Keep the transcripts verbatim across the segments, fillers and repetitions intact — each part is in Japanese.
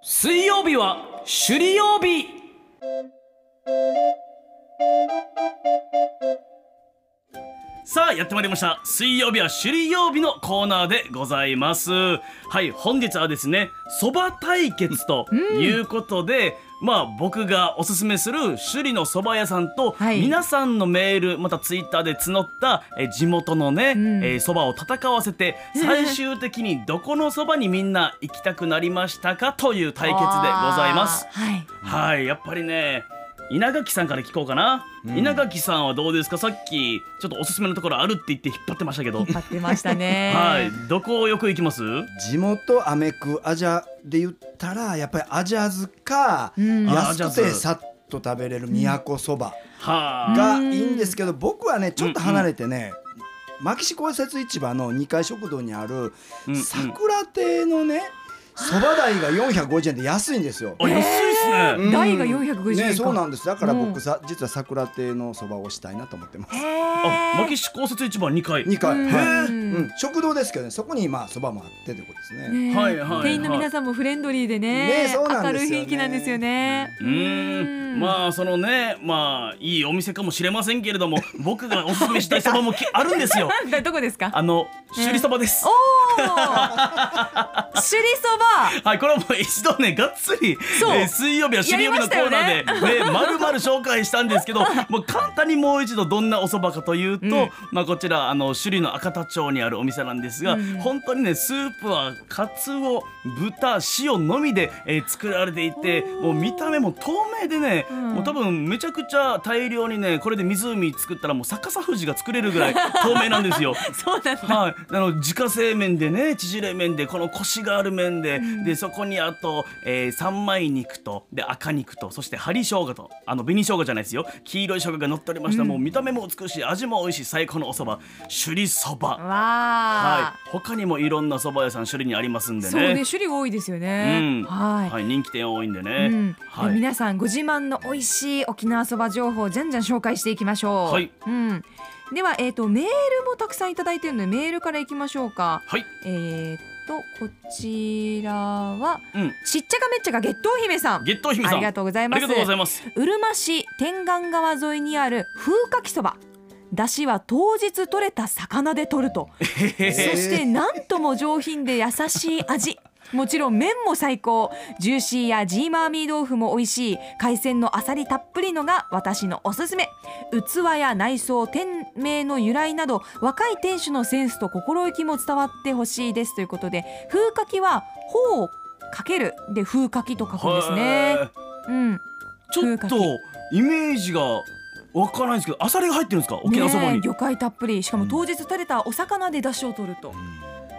水曜日は首里曜日。さあやってまいりました。水曜日は首里曜日のコーナーでございます。はい、本日はですね、そば対決ということで、うん、まあ僕がおすすめする首里のそば屋さんと、はい、皆さんのメールまたツイッターで募ったえ地元のね、うん、えそばを戦わせて最終的にどこのそばにみんな行きたくなりましたかという対決でございます。はい、はい、やっぱりね、稲垣さんから聞こうかな、うん、稲垣さんはどうですか。さっきちょっとおすすめのところあるって言って引っ張ってましたけど。 引っ張ってましたねはい、どこをよく行きます？ 地元アメクアジャで言ったらやっぱりアジャズか、うん、安くてさっと食べれる都そばがいいんですけど、僕はねちょっと離れてね、うんうん、牧志公設市場のにかい食堂にある桜亭のね、そば代がよんひゃくごじゅうえんで安いんですよ。 あ、安いですね、 うん、代がよんひゃくごじゅうえんか、 ね、そうなんです。だから僕さ、うん、実は桜亭のそばをしたいなと思ってます。 あ、牧志公設市場にかい。 にかい、はい、うん、食堂ですけどね、そこにまあそばもあってということですね。 ね、はいはいはい、店員の皆さんもフレンドリーで ね, ねそうなんですよね、明るい雰囲気なんですよね。 うーん、まあそのね、まあいいお店かもしれませんけれども、僕がおすすめしたいそばもあるんですよ。 どこですか？ あの首里そばです。 おー首里そば。 はい、これはもう一度ねがっつり、えー、水曜日は首里曜日のコーナーでね、まるまる紹介したんですけど、もう簡単にもう一度どんなおそばかというと、うん、まあこちらあの首里の赤田町にあるお店なんですが、うん、本当にねスープはカツオ、豚、塩のみで、えー、作られていて、もう見た目も透明でね、うん、もう多分めちゃくちゃ大量にね、これで湖作ったらもう逆さ富士が作れるぐらい透明なんですよ。 そうなんだ。 はい、あの自家製麺でね、縮れ麺でこのコシがある麺で、うん、でそこにあと、えー、三枚肉とで赤肉とそして針生姜と、あの紅生姜じゃないですよ、黄色い生姜が乗っておりました、うん、もう見た目も美しい、味も美味しい最高のお蕎麦、首里そば。はい、他にもいろんな蕎麦屋さん首里にありますんでね。 そうね、首里多いですよね、うん、はい、はい、人気店多いんでね、うん、 はい、皆さんご自慢の美味しい沖縄そば情報をじゃんじゃん紹介していきましょう。はい、うん、では、えーと、メールもたくさんいただいているのでメールからいきましょうか。はい、えーとこちらは、うん、ちっちゃかめっちゃか月桃姫さん、 月桃姫さん、 ありがとうございます。 ありがとうございます。 うるま市天眼川沿いにある風かきそば、だしは当日取れた魚で取ると、そしてなんとも上品で優しい味、もちろん麺も最高、ジューシーやジーマーミー豆腐も美味しい海鮮のあさりたっぷりのが私のおすすめ。器や内装、店名の由来など若い店主のセンスと心意気も伝わってほしいですということで、風かきは頬をかけるで風かきと書くんですね。うん、 ちょっとイメージがわからないんですけど、あさりが入ってるんですか、沖縄そばに。 魚介たっぷり、しかも当日取れたお魚で出汁を取ると、うん、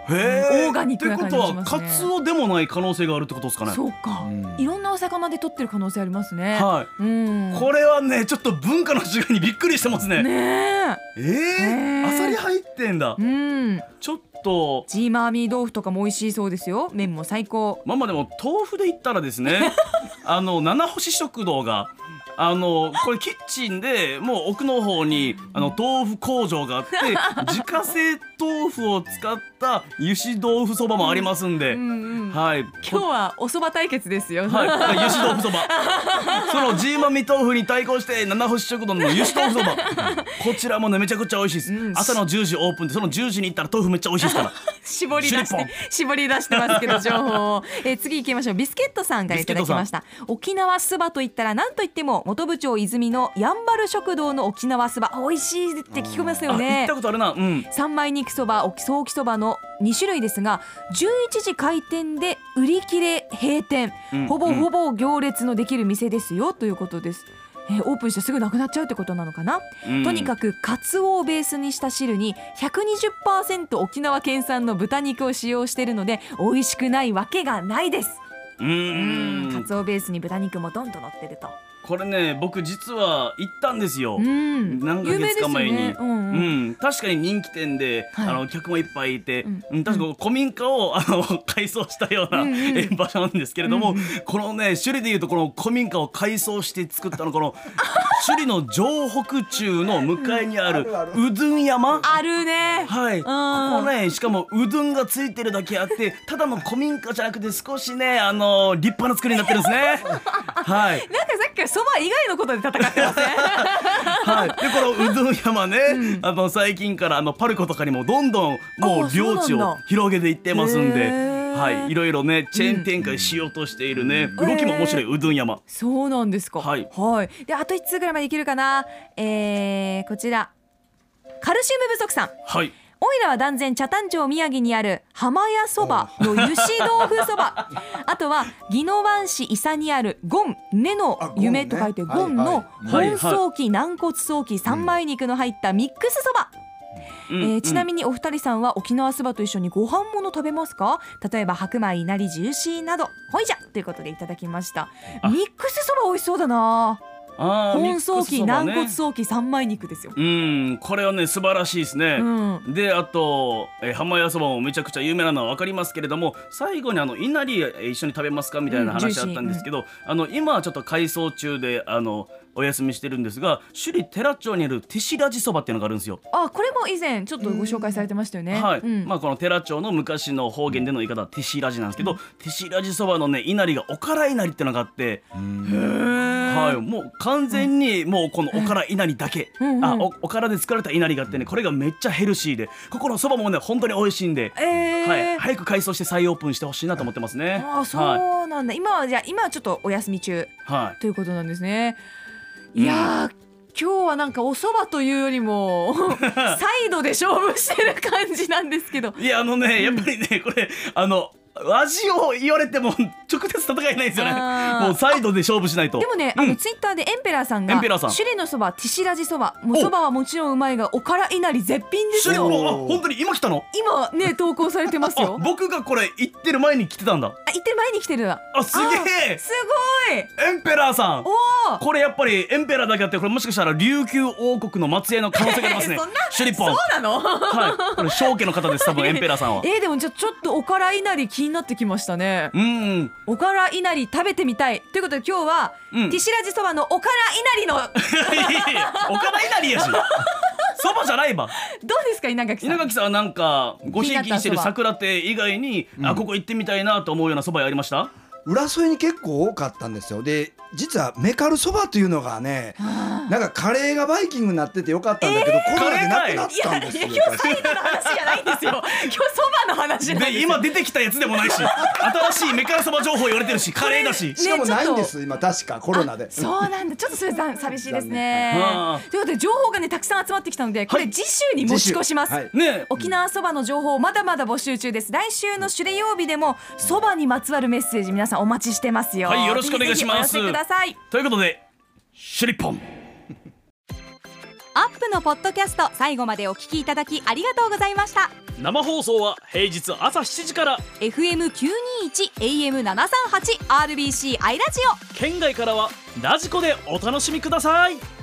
へオーガニックな感じがしますね。 ってことはカツオでもない可能性があるってことですかね。 そうか、うん、いろんなお魚で取ってる可能性ありますね。 はい、うん、これはねちょっと文化の違いにびっくりしてますね。 ねえ、 えー、あさり入ってんだ、うん、ちょっとジーマーミー豆腐とかも美味しいそうですよ。麺も最高。 まあまあでも豆腐で言ったらですねあの七星食堂があのこれキッチンでもう奥の方にあの豆腐工場があって自家製豆腐を使った油脂豆腐そばもありますんで、うんうん、はい、 今日はおそば対決ですよ。 はい、油脂豆腐そばそのジーマミ豆腐に対抗して七星食堂の油脂豆腐そばこちらもねめちゃくちゃ美味しいです、うん、朝のじゅうじオープンで、そのじゅうじに行ったら豆腐めっちゃ美味しいですから絞り出して絞り出してますけど情報を、えー、次行きましょう。ビスケットさんからいただきました。沖縄そばといったら何といっても元部長泉のやんばる食堂の沖縄そば、美味しいって聞きますよね。 行ったことあるな、うん、 三枚肉そば、ソーキそばのに種類ですが、じゅういちじ開店で売り切れ閉店、うん、ほぼほぼ行列のできる店ですよということです。えー、オープンしてすぐなくなっちゃうってことなのかな、うん、とにかくカツオをベースにした汁に ひゃくにじゅっパーセント 沖縄県産の豚肉を使用しているので美味しくないわけがないです。うーん、カツオベースに豚肉もドンと乗ってると。 これね僕実は行ったんですよ、 うん、 何ヶ月か前に、 有名ですよね。うんうんうん、確かに人気店で、 はい、 あの客もいっぱいいて、 うんうん、確か古民家をあの改装したような、 うんうん、 え場所なんですけれども、 うんうん、 このね首里でいうとこの古民家を改装して作ったのこの首里の城北中の向かいにあるうどん山、 あるね。 はい、 うん、 ここねしかもうどんがついてるだけあってただの古民家じゃなくて少しねあの立派な作りになってるんですねはいなんかさっきからそば以外のことで戦ってますねはい、でこのうどん山ね、うん、あの最近からあのパルコとかにもどんどんもう領地を広げていってますんで、はい、いろいろねチェーン展開しようとしているね、うん、動きも面白いうどん山。 そうなんですか。 はい、 はい、であといっつうぐらいまでいけるかな。えー、こちらカルシウム不足さん。 はい、 おいらは断然北谷町宮城にある浜屋そばの油脂豆腐そばあとは宜野湾市伊佐にあるゴン根の夢と書いてゴンの本早期軟骨早期三枚肉の入ったミックスそば、うんえー、ちなみにお二人さんは沖縄そばと一緒にご飯もの食べますか？例えば白米いなりジューシーなどほいじゃということでいただきました。ミックスそば美味しそうだな。本早期、ね、軟骨早期三枚肉ですよ。 うんこれはね素晴らしいですね、うん、であと、えー、浜屋そばもめちゃくちゃ有名なのは分かりますけれども最後にあのいなり一緒に食べますかみたいな話あったんですけど、うん、あの今はちょっと改装中であのお休みしてるんですが首里寺町にある手白地そばっていうのがあるんですよ。 あこれも以前ちょっとご紹介されてましたよね。 はい、 うんまあ、この寺町の昔の方言での言い方は手白地なんですけど、うん、手白地そばのねいなりがおからいなりっていうのがあってへー、はい、もう完全にもうこのおからいなりだけ、うん、あ お, おからで作られたいなりがあってねこれがめっちゃヘルシーでここのそばもね本当に美味しいんで、えーはい、早く改装して再オープンしてほしいなと思ってますね。 あそうなんだ、はい、今はじゃあ今はちょっとお休み中、はい、ということなんですね。いやー、うん今日はなんかお蕎麦というよりもサイドで勝負してる感じなんですけどいやあのねやっぱりねこれあの味を言われても直接戦えないんですよね。もうサイドで勝負しないと。 でもね、うん、あのツイッターでエンペラーさんが首里のそばティシラジそばもうそばはもちろんうまいがおからいなり絶品ですよ。 あ本当に今来たの？ 今ね投稿されてますよ。 僕がこれ行ってる前に来てたんだ。 あ行ってる前に来てるんだ。 あすげえすごいエンペラーさん。 おこれやっぱりエンペラーだけあってこれもしかしたら琉球王国の末裔の可能性がありますね。シュリポン。 そうなの？ はいこれ正家の方です多分エンペラーさんは。 えー、でもちょちょっとおからいなり気になってきましたね。 うん、 おからいなり食べてみたいということで今日は、うん、ティシラジそばのおからいなりのおからいなりやしそばじゃないば。 どうですか稲垣さん。 稲垣さんはなんかごひいきにしてる桜亭以外に、うん、あここ行ってみたいなと思うようなそばありました？ 浦添に結構多かったんですよ。で実はメカルそばというのがねなんかカレーがバイキングになっててよかったんだけど、えー、コロナでなくなったんですよ。 いやいや今日サイドの話じゃないんですよ今日そばの話なんですよ。 で今出てきたやつでもないし新しいメカルそば情報言われてるしカレーだし、 しかもないんです今確かコロナで。 そうなんだちょっとそれ寂しいですね。ということで情報がねたくさん集まってきたのでこれ次週に持ち越します、はいね、沖縄そばの情報まだまだ募集中です。来週のシュレ曜日でもそばにまつわるメッセージ皆さんお待ちしてますよ。 はいよろしくお願いします。 ぜひぜひお寄せください。 ということでシュリポンアップのポッドキャスト最後までお聞きいただきありがとうございました。 生放送は平日朝しちじからエフエムきゅうにいち エーエムななさんはち アールビーシー アイラジオ県外からはラジコでお楽しみください。